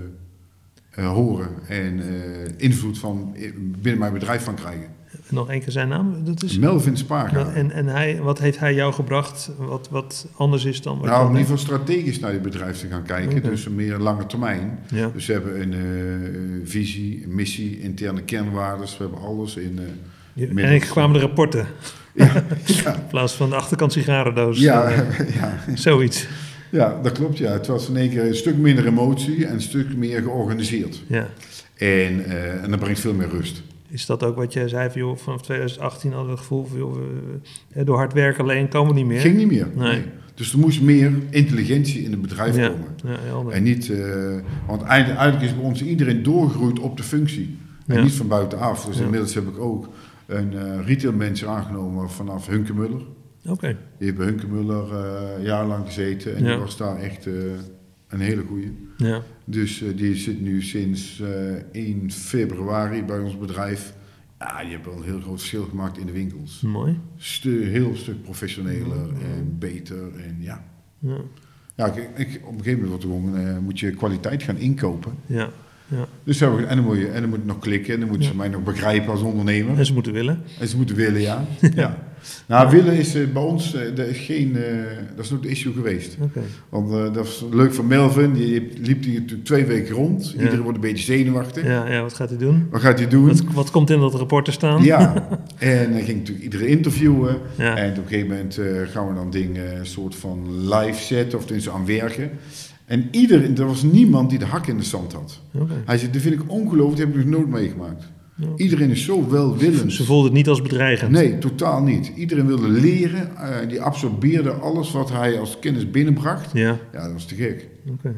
horen en invloed van binnen mijn bedrijf van krijgen. Nog één keer zijn naam? Dat is Melvin Spaargaren. En wat heeft hij jou gebracht wat anders is dan... In ieder geval strategisch naar je bedrijf te gaan kijken. Okay. Dus een meer lange termijn. Ja. Dus we hebben een visie, een missie, interne kernwaarden. We hebben alles in... en ik kwamen de rapporten. Ja. In plaats van de achterkant sigarendoos. Ja. Zoiets. Ja, dat klopt. Ja. Het was in één keer een stuk minder emotie en een stuk meer georganiseerd. Ja. En dat brengt veel meer rust. Is dat ook wat jij zei, van, joh, vanaf 2018 hadden we het gevoel van, joh, door hard werken alleen komen we niet meer? Ging niet meer, nee. Dus er moest meer intelligentie in het bedrijf komen. Ja, en niet, want eigenlijk is bij ons iedereen doorgegroeid op de functie. En niet van buitenaf. Dus inmiddels heb ik ook een retailmanager aangenomen vanaf Hunkemuller. Okay. Die heeft bij Hunkemuller jarenlang gezeten en die was daar echt een hele goeie. Ja. Dus die zit nu sinds 1 februari bij ons bedrijf. Ja, die hebben wel een heel groot verschil gemaakt in de winkels. Mooi. Heel stuk professioneler en beter. En ja, op een gegeven moment moet je kwaliteit gaan inkopen. Ja. Ja. Dus en dan moet het nog klikken en dan moeten ze mij nog begrijpen als ondernemer. En ze moeten willen. Ja. Ja. Nou, willen is bij ons, dat is nog de issue geweest. Okay. Want dat was leuk van Melvin, die liep hier natuurlijk 2 weken rond. Ja. Iedereen wordt een beetje zenuwachtig. Ja, wat gaat hij doen? Wat komt in dat rapport te staan? Ja, en dan ging natuurlijk iedereen interviewen. Ja. En op een gegeven moment gaan we dan dingen een soort van live zetten of er aan werken. En er was niemand die de hak in de zand had. Okay. Hij zei, dat vind ik ongelooflijk, dat heb ik nog nooit meegemaakt. Ja. Iedereen is zo welwillend. Ze voelden het niet als bedreigend? Nee, totaal niet. Iedereen wilde leren, die absorbeerde alles wat hij als kennis binnenbracht. Ja, dat was te gek. Okay.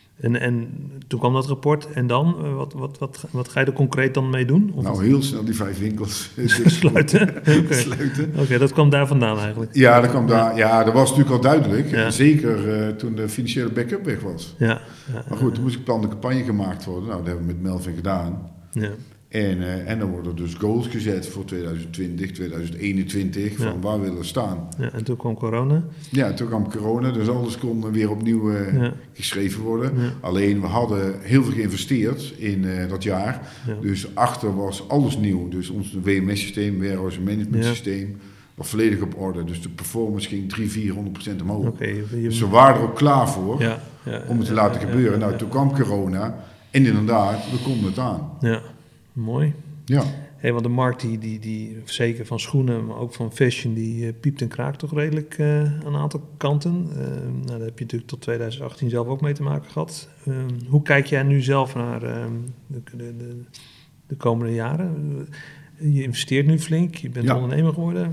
En toen kwam dat rapport en dan? Wat ga je er concreet dan mee doen? Heel snel die 5 winkels sluiten. Oké, dat kwam daar vandaan eigenlijk? Ja, dat kwam daar. Ja, dat was natuurlijk al duidelijk. Ja. Zeker toen de financiële backup weg was. Ja. Maar goed, toen moest een plan de campagne gemaakt worden. Nou, dat hebben we met Melvin gedaan. Ja. En dan worden dus goals gezet voor 2020, 2021, van waar willen we staan. Ja, en toen kwam corona? Ja, toen kwam corona, dus alles kon weer opnieuw geschreven worden. Ja. Alleen, we hadden heel veel geïnvesteerd in dat jaar. Ja. Dus achter was alles nieuw. Dus ons WMS-systeem, warehouse management systeem, was volledig op orde. Dus de performance ging 300-400% omhoog. Okay, dus we waren er ook klaar voor om het te laten gebeuren. Nou, toen kwam corona en inderdaad, we konden het aan. Ja. Mooi. Ja. Hey, want de markt, die zeker van schoenen, maar ook van fashion, die piept en kraakt toch redelijk aan een aantal kanten. Daar heb je natuurlijk tot 2018 zelf ook mee te maken gehad. Hoe kijk jij nu zelf naar de komende jaren? Je investeert nu flink, je bent ondernemer geworden.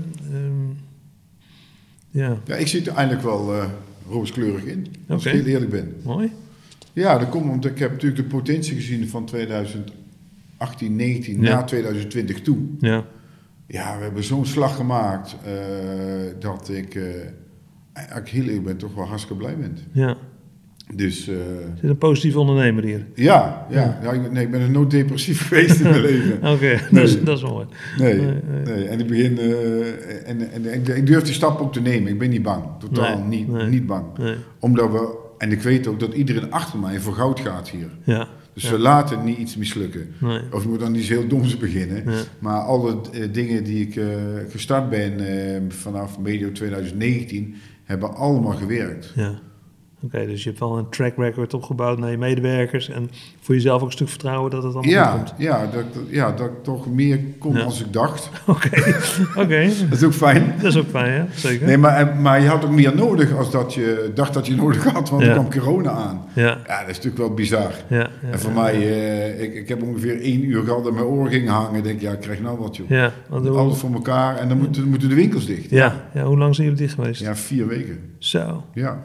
Ja, ik zit er eigenlijk wel rooskleurig in, als ik heel eerlijk ben. Mooi. Ja, dat komt omdat ik heb natuurlijk de potentie gezien van 2018, 19 na 2020 toe. Ja. Ja, we hebben zo'n slag gemaakt dat ik eigenlijk heel eerlijk ben, toch wel hartstikke blij ben. Ja. Dus, je bent een positieve ondernemer hier. Ja, ik ben nooit depressief geweest in mijn leven. Oké, dat is mooi. Nee. En in het begin, ik durf die stap ook te nemen. Ik ben niet bang, totaal niet bang. Nee. Omdat en ik weet ook dat iedereen achter mij voor goud gaat hier. Ja. Dus we laten niet iets mislukken. Nee. Of je moet dan iets heel doms beginnen. Ja. Maar alle dingen die ik gestart ben vanaf medio 2019, hebben allemaal gewerkt. Ja. Oké, dus je hebt wel een track record opgebouwd naar je medewerkers en voor jezelf ook een stuk vertrouwen dat het allemaal goed komt. Ja, dat ik toch meer kon als ik dacht. Oké. Dat is ook fijn. Dat is ook fijn, ja, zeker. Nee, maar je had ook meer nodig als dat je dacht dat je nodig had, want er kwam corona aan. Ja, dat is natuurlijk wel bizar. Ja, en voor mij, ik heb ongeveer 1 uur gehad dat mijn oor ging hangen. Ik denk, ik krijg nou wat, joh. Ja, alles voor elkaar en dan moeten de winkels dicht. Ja, hoe lang zijn jullie dicht geweest? Ja, 4 weken. Zo. Ja.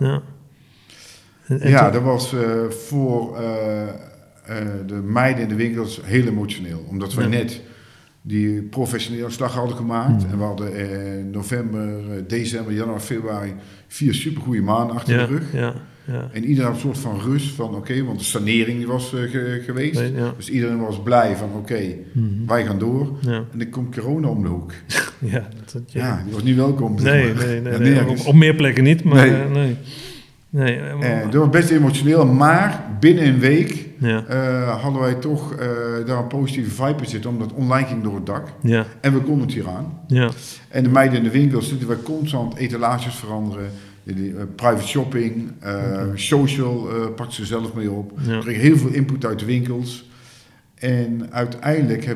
En dat was voor de meiden in de winkels heel emotioneel. Omdat we net die professionele slag hadden gemaakt. En we hadden november, december, januari, februari 4 supergoeie maanden achter de rug. Ja. En iedereen had een soort van rust van want de sanering die was geweest. Ja. Dus iedereen was blij van wij gaan door. Ja. En dan komt corona om de hoek. Die was niet welkom. Nee. Op meer plekken niet, maar nee. Nee, Dat was best emotioneel, maar binnen een week hadden wij toch daar een positieve vibe in zitten, omdat online ging door het dak. Ja. En we konden het hier aan. Ja. En de meiden in de winkels lieten wij constant etalages veranderen. Private shopping, social pakten ze zelf mee op. Ja. Ik kreeg heel veel input uit de winkels. En uiteindelijk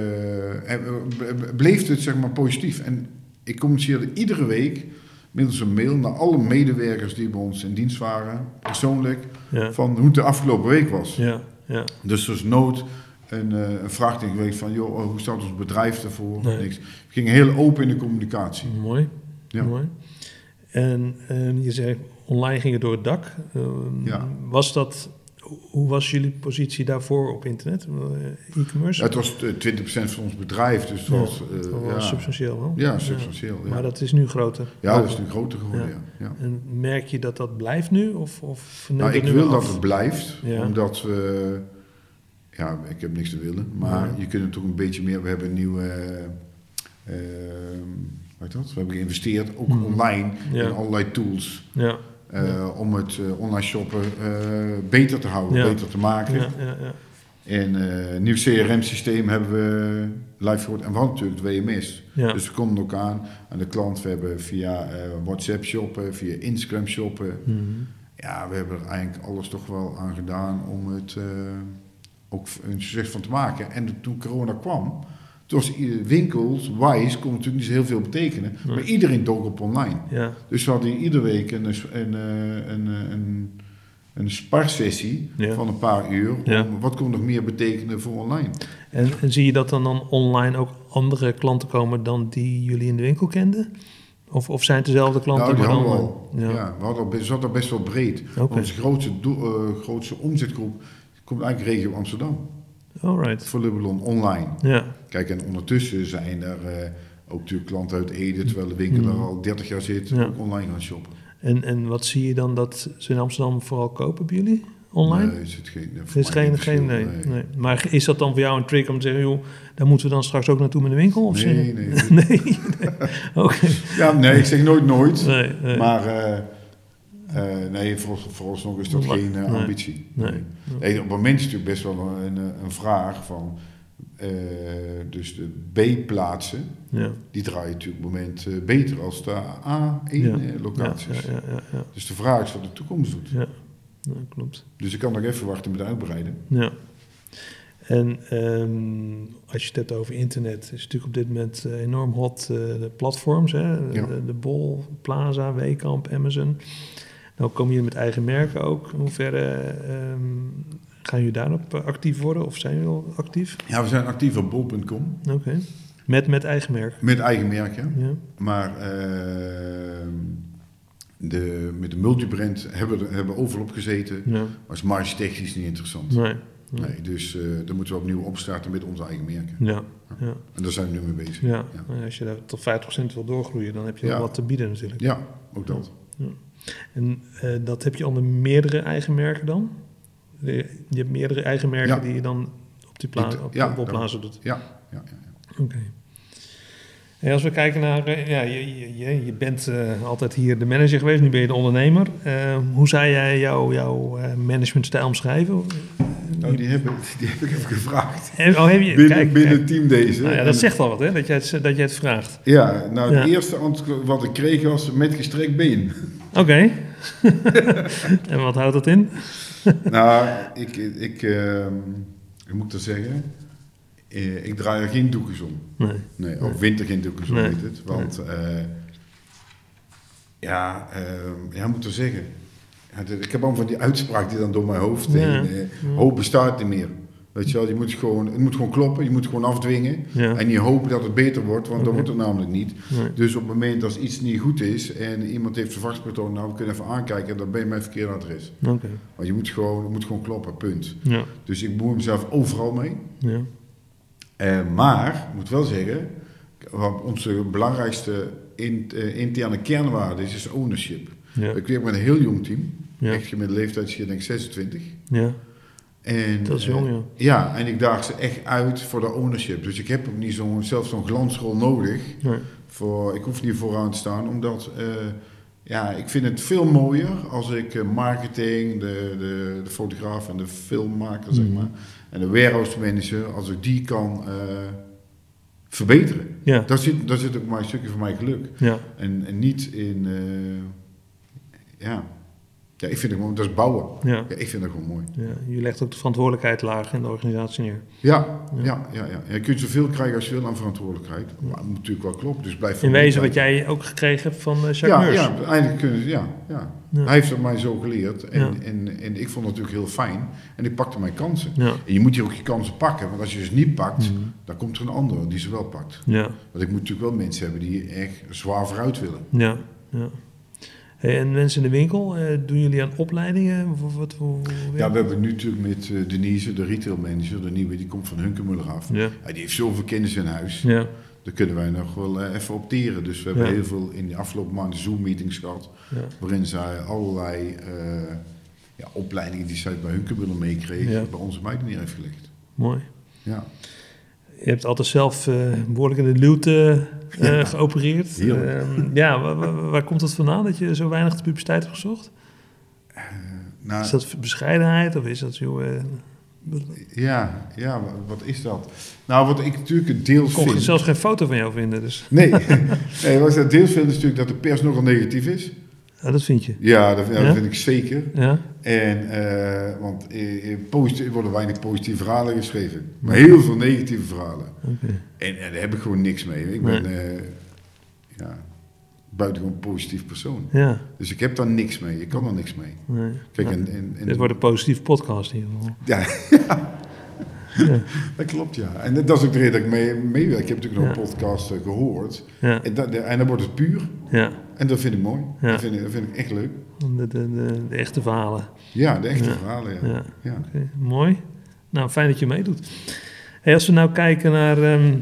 bleef het zeg maar positief. En ik communiceerde iedere week middels een mail naar alle medewerkers die bij ons in dienst waren, persoonlijk, van hoe het de afgelopen week was. Ja. Ja. Dus er is nooit een vraagteken geweest van, joh, hoe staat ons bedrijf ervoor? Nee. Niks. We gingen heel open in de communicatie. Mooi. Ja. Mooi. En je zei, online ging het door het dak. Was dat... Hoe was jullie positie daarvoor op internet, e-commerce? Het was 20% van ons bedrijf, dus het was... substantieel wel. Ja, substantieel. Ja. Maar dat is nu groter. Ja, dat is nu groter geworden, ja. En merk je dat dat blijft nu? Of nou, ik wil dat het blijft, omdat we... Ja, ik heb niks te willen, maar je kunt het toch een beetje meer... We hebben een nieuwe... weet dat? We hebben geïnvesteerd, ook online, in allerlei tools. Ja. Om het online shoppen beter te houden, beter te maken. En een nieuw CRM-systeem hebben we live gehoord. En we hadden natuurlijk het WMS. Ja. Dus we konden ook aan de klant. We hebben via WhatsApp shoppen, via Instagram shoppen. Mm-hmm. Ja, we hebben er eigenlijk alles toch wel aan gedaan om het ook een succes van te maken. En toen corona kwam, toen was winkels-wise kon natuurlijk niet zo heel veel betekenen. Nee. Maar iedereen dook op online. Ja. Dus we hadden iedere week een sparsessie van een paar uur. Wat kon nog meer betekenen voor online? En zie je dat dan online ook andere klanten komen dan die jullie in de winkel kenden? Of zijn het dezelfde klanten? Nou, die hadden we al. Ja, we zaten best wel breed. Okay. Onze grootste omzetgroep komt eigenlijk regio Amsterdam. Alright. Voor Libelon online. Ja. Kijk, en ondertussen zijn er ook natuurlijk klanten uit Ede, terwijl de winkel er al 30 jaar zit, ook online gaan shoppen. En wat zie je dan dat ze in Amsterdam vooral kopen bij jullie? Online? Nee, is geen nee. Maar is dat dan voor jou een trick om te zeggen, joh, daar moeten we dan straks ook naartoe met de winkel? Of nee. Okay. Ja, nee, ik zeg nooit. Nee. Maar vooralsnog is dat geen ambitie. Nee. Op het moment is natuurlijk best wel een vraag van... dus de B-plaatsen, die draaien natuurlijk op het moment beter als de A1-locaties. Ja. Dus de vraag is wat de toekomst doet. Ja, klopt. Dus ik kan nog even wachten met uitbreiden. Ja. En als je het hebt over internet, is natuurlijk op dit moment enorm hot de platforms. Hè? De Bol, Plaza, Wekamp, Amazon. Nou kom je met eigen merken ook. In hoeverre gaan jullie daarop actief worden? Of zijn jullie al actief? Ja, we zijn actief op bol.com. Oké. Met eigen merk? Met eigen merk, ja. Maar met de multibrand hebben we overal op gezeten. Ja. Maar is marge-technisch niet interessant. Nee, dus dan moeten we opnieuw opstarten met onze eigen merken. Ja. En daar zijn we nu mee bezig. Ja. Als je daar tot 50% wil doorgroeien, dan heb je wel wat te bieden natuurlijk. Ja, ook dat. Ja. En dat heb je onder meerdere eigen merken dan? Je hebt meerdere eigen merken die je dan op die bolplazen doet? Ja. Oké. Hey, als we kijken naar... je bent altijd hier de manager geweest, nu ben je de ondernemer. Hoe zou jij jouw managementstijl omschrijven? Nou, die heb ik even gevraagd. Heb je? Binnen het team deze. Nou dat zegt al wat, hè? Dat jij het vraagt. Ja, nou het eerste antwoord wat ik kreeg was met gestrekt been. Oké. En wat houdt dat in? Nou, ik moet dat zeggen... ik draai er geen doekjes om. Nee, ook winter geen doekjes om, weet het. Want, ik moet er zeggen... ik heb allemaal van die uitspraak die dan door mijn hoofd heen... hoop bestaat niet meer. Weet je wel, het moet gewoon kloppen, je moet gewoon afdwingen. Ja. En je hoopt dat het beter wordt, want dat wordt het namelijk niet. Nee. Dus op het moment als iets niet goed is en iemand heeft zijn vastbetoon... nou, we kunnen even aankijken, dan ben je mijn verkeerde adres. Okay. Want het moet gewoon kloppen, punt. Ja. Dus ik bemoei mezelf overal mee. Ja. Maar, ik moet wel zeggen, wat onze belangrijkste interne kernwaarde is ownership. Ja. Ik werk met een heel jong team. Ja. Echt met een leeftijdsje, denk ik 26. Ja. En, dat is jong, ja. Ja, en ik daag ze echt uit voor de ownership. Dus ik heb ook niet zelf zo'n glansrol nodig. Nee. Ik hoef niet vooraan te staan, omdat Ja, ik vind het veel mooier als ik marketing, de fotograaf en de filmmaker, zeg maar, en de warehouse manager, als ik die kan verbeteren. Ja. Daar zit ook maar een stukje van mijn geluk. Ja. En niet in... Ja, ik vind het gewoon... Dat is bouwen. Ja. Ja, ik vind dat gewoon mooi. Ja. Je legt ook de verantwoordelijkheid laag in de organisatie neer. Ja. Je kunt zoveel krijgen als je wil aan verantwoordelijkheid. Maar dat moet natuurlijk wel kloppen. Dus blijf in wezen wat jij ook gekregen hebt van Jacques Meurs. Ja, eindelijk kunnen ze... Ja. Hij heeft het mij zo geleerd. En ik vond het natuurlijk heel fijn. En ik pakte mijn kansen. Ja. En je moet hier ook je kansen pakken. Want als je ze niet pakt, dan komt er een ander die ze wel pakt. Ja. Want ik moet natuurlijk wel mensen hebben die echt zwaar vooruit willen. Ja. En mensen in de winkel, doen jullie aan opleidingen? Ja, we hebben nu natuurlijk met Denise, de retailmanager, de nieuwe, die komt van Hunkemuller af. Ja. Ja, die heeft zoveel kennis in huis. Ja. Daar kunnen wij nog wel even opteren. Dus we hebben heel veel in de afgelopen maanden Zoom-meetings gehad, waarin zij allerlei opleidingen die zij bij Hunkemuller meekregen, bij onze meiden neer heeft gelegd. Mooi. Ja. Je hebt altijd zelf behoorlijk in de luwte geopereerd. Waar komt het vandaan dat je zo weinig de publiciteit hebt gezocht? Is dat bescheidenheid of is dat wat is dat? Nou, wat ik natuurlijk deels vind... Ik kon zelfs geen foto van jou vinden, dus... Nee, wat ik deels vind is natuurlijk dat de pers nogal negatief is. Ja, dat vind je? Ja, dat vind ik zeker. Ja? En, want er worden weinig positieve verhalen geschreven, maar heel veel negatieve verhalen. Okay. En daar heb ik gewoon niks mee. Ik ben buitengewoon positief persoon. Ja. Dus ik heb daar niks mee. Ik kan er niks mee. Nee. Kijk, dit wordt een positieve podcast in ieder geval. Ja. Ja. Dat klopt, ja. En dat is ook de reden dat ik meewerk. Ik heb natuurlijk nog een podcast gehoord. Ja. En dan wordt het puur. Ja. En dat vind ik mooi. Ja. Dat vind ik echt leuk. De echte verhalen. Ja, de echte verhalen, ja. Okay. Mooi. Nou, fijn dat je meedoet. Hey, als we nou kijken naar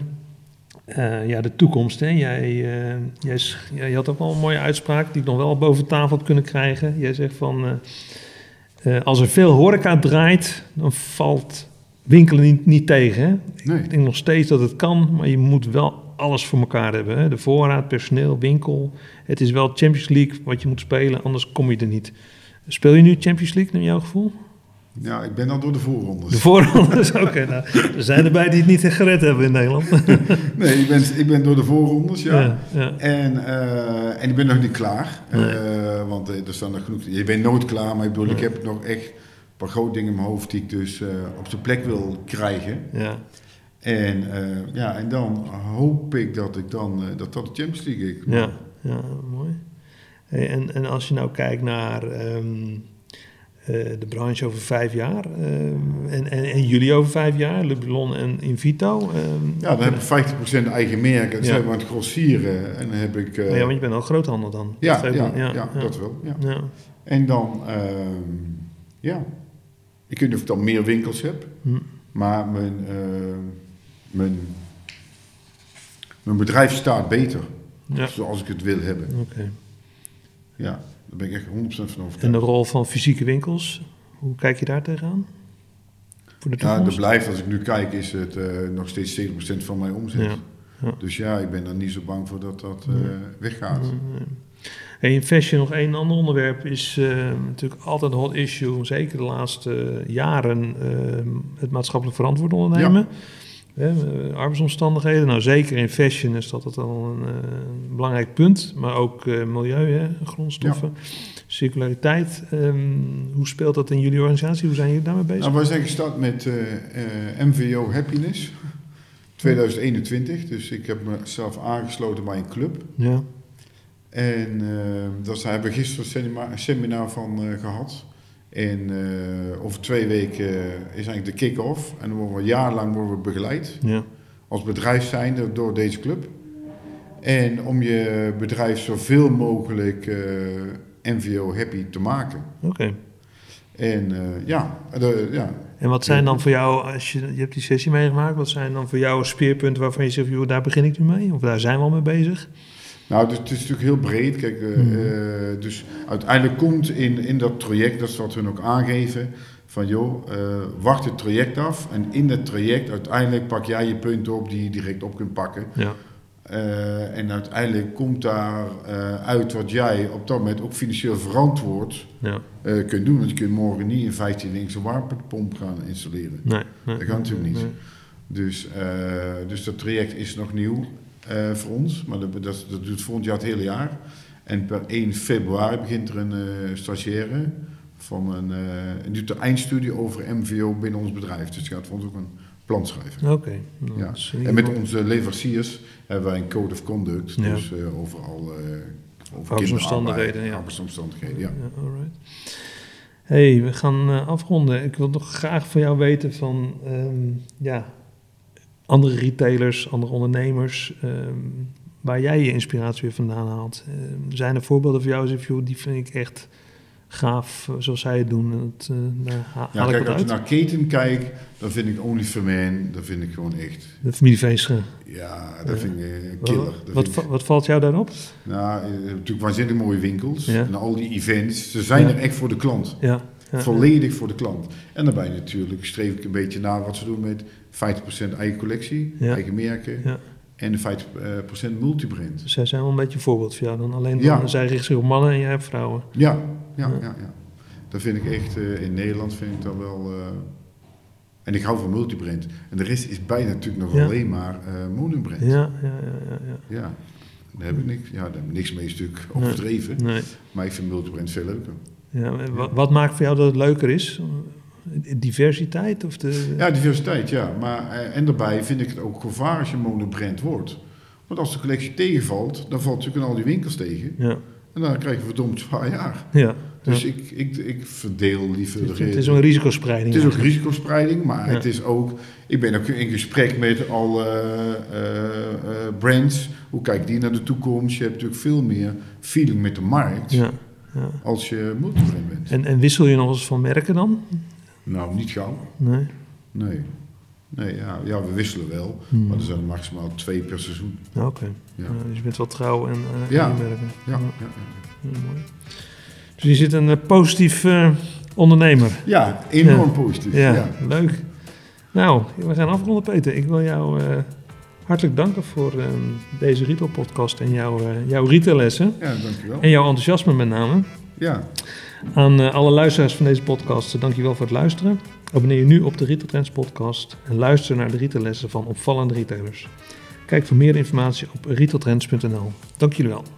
de toekomst. Hè? Jij had ook wel een mooie uitspraak die ik nog wel boven tafel heb kunnen krijgen. Jij zegt van, als er veel horeca draait, dan valt winkelen niet tegen. Hè? Nee. Ik denk nog steeds dat het kan, maar je moet wel alles voor elkaar hebben. Hè? De voorraad, personeel, winkel. Het is wel Champions League wat je moet spelen, anders kom je er niet. Speel je nu Champions League, naar jouw gevoel? Ja, ik ben al door de voorrondes. De voorrondes, oké. Nou, er zijn erbij die het niet gered hebben in Nederland. Nee, ik ben door de voorrondes, ja. En ik ben nog niet klaar. Nee. Want er staan nog genoeg... Je bent nooit klaar, maar ik heb nog echt een paar grote dingen in mijn hoofd die ik dus op zijn plek wil krijgen. Ja. En dan hoop ik dat dat de Champions League is. Ja, mooi. Hey, en als je nou kijkt naar de branche over 5 jaar en jullie over 5 jaar, Le Bouillon en Invito. Dan heb ik 50% eigen merk en zijn we aan het grossieren. En dan heb ik... want je bent al groothandel dan. Ja, dat wel. Ja. En dan, ik weet niet of ik dan meer winkels heb, maar mijn bedrijf staat beter, zoals ik het wil hebben. Okay. Ja, daar ben ik echt 100% van overtuigd. En de rol van fysieke winkels, hoe kijk je daar tegenaan? Voor de toekomst? Dat blijft, als ik nu kijk, is het nog steeds 70% van mijn omzet. Ja. Dus ik ben er niet zo bang voor dat weggaat. En in fashion nog één ander onderwerp is natuurlijk altijd een hot issue, zeker de laatste jaren, het maatschappelijk verantwoord ondernemen. Ja. Arbeidsomstandigheden, nou zeker in fashion is dat al een belangrijk punt, maar ook milieu, grondstoffen, circulariteit. Hoe speelt dat in jullie organisatie? Hoe zijn jullie daarmee bezig? Nou, wij zijn gestart met MVO Happiness 2021, dus ik heb mezelf aangesloten bij een club. Ja. En daar hebben we gisteren een seminar van gehad. En over 2 weken is eigenlijk de kick-off. En dan worden we jarenlang begeleid. Ja. Als bedrijf zijnde door deze club. En om je bedrijf zoveel mogelijk MVO happy te maken. Oké. En En wat zijn dan voor jou, als je hebt die sessie meegemaakt, wat zijn dan voor jou speerpunten waarvan je zegt, joh, daar begin ik nu mee? Of daar zijn we al mee bezig? Nou, het is natuurlijk heel breed. Kijk, dus uiteindelijk komt in dat traject, dat is wat hun ook aangeven, van wacht het traject af en in dat traject uiteindelijk pak jij je punten op die je direct op kunt pakken. Ja. En uiteindelijk komt daar uit wat jij op dat moment ook financieel verantwoord kunt doen. Want je kunt morgen niet in 15 links een warmtepomp gaan installeren. Nee, dat gaat natuurlijk niet. Nee. Dus dat traject is nog nieuw voor ons. Maar dat duurt volgend jaar het hele jaar. En per 1 februari begint er een stagiaire en doet de eindstudie over MVO binnen ons bedrijf. Dus die gaat voor ons ook een plan schrijven. Oké. Ja. En met onze leveranciers hebben wij een code of conduct. Ja. Dus overal over arbeidsomstandigheden. Arbeidsomstandigheden, ja. Alright. Hey, we gaan afronden. Ik wil nog graag van jou weten van andere retailers, andere ondernemers, waar jij je inspiratie weer vandaan haalt. Zijn er voorbeelden voor jou? Die vind ik echt gaaf, zoals zij het doen. Kijk, als je naar keten kijkt, dan vind ik OnlyForMan, dat vind ik gewoon echt... De familie Veenstra. Ja, dat vind ik killer. Wat valt jou daarop? Nou, natuurlijk waanzinnig mooie winkels. Ja. En al die events, ze zijn er echt voor de klant. Ja. Volledig voor de klant. En daarbij natuurlijk streef ik een beetje naar wat ze doen met 50% eigen collectie, eigen merken. Ja. En de 50% multibrand. Dus zij zijn wel een beetje een voorbeeld voor jou dan. Alleen dan zij richten zich op mannen en jij hebt vrouwen. Ja. Dat vind ik echt, in Nederland vind ik dat wel... En ik hou van multibrand. En de rest is bijna natuurlijk nog alleen maar monobrand. Ja. Daar heb ik niks mee, is natuurlijk overdreven. Nee. Maar ik vind multibrand veel leuker. Ja, wat maakt voor jou dat het leuker is? Diversiteit? Of Ja, diversiteit, ja. Maar, en daarbij vind ik het ook gevaar als je monobrand wordt. Want als de collectie tegenvalt, dan valt natuurlijk al die winkels tegen. Ja. En dan krijg je verdomd zwaar jaar. Ja. Dus ik verdeel liever... Het is een risicospreiding. Het is ook risicospreiding, maar het is ook... Ik ben ook in gesprek met alle brands. Hoe kijken die naar de toekomst? Je hebt natuurlijk veel meer feeling met de markt als je multibrand bent. En wissel je nog eens van merken dan? Nou, niet gauw. Nee, we wisselen wel, maar er zijn er maximaal 2 per seizoen. Oké. Dus je bent wel trouw en merken. Ja. Mooi. Dus je zit een positief ondernemer. Ja, enorm positief. Ja, leuk. Nou, we gaan afronden, Peter. Ik wil jou hartelijk danken voor deze retail podcast en jouw retaillessen. Ja, dankjewel. En jouw enthousiasme met name. Ja. Aan alle luisteraars van deze podcast, dankjewel voor het luisteren. Abonneer je nu op de Retail Trends podcast en luister naar de retaillessen van opvallende retailers. Kijk voor meer informatie op retailtrends.nl. Dank jullie wel.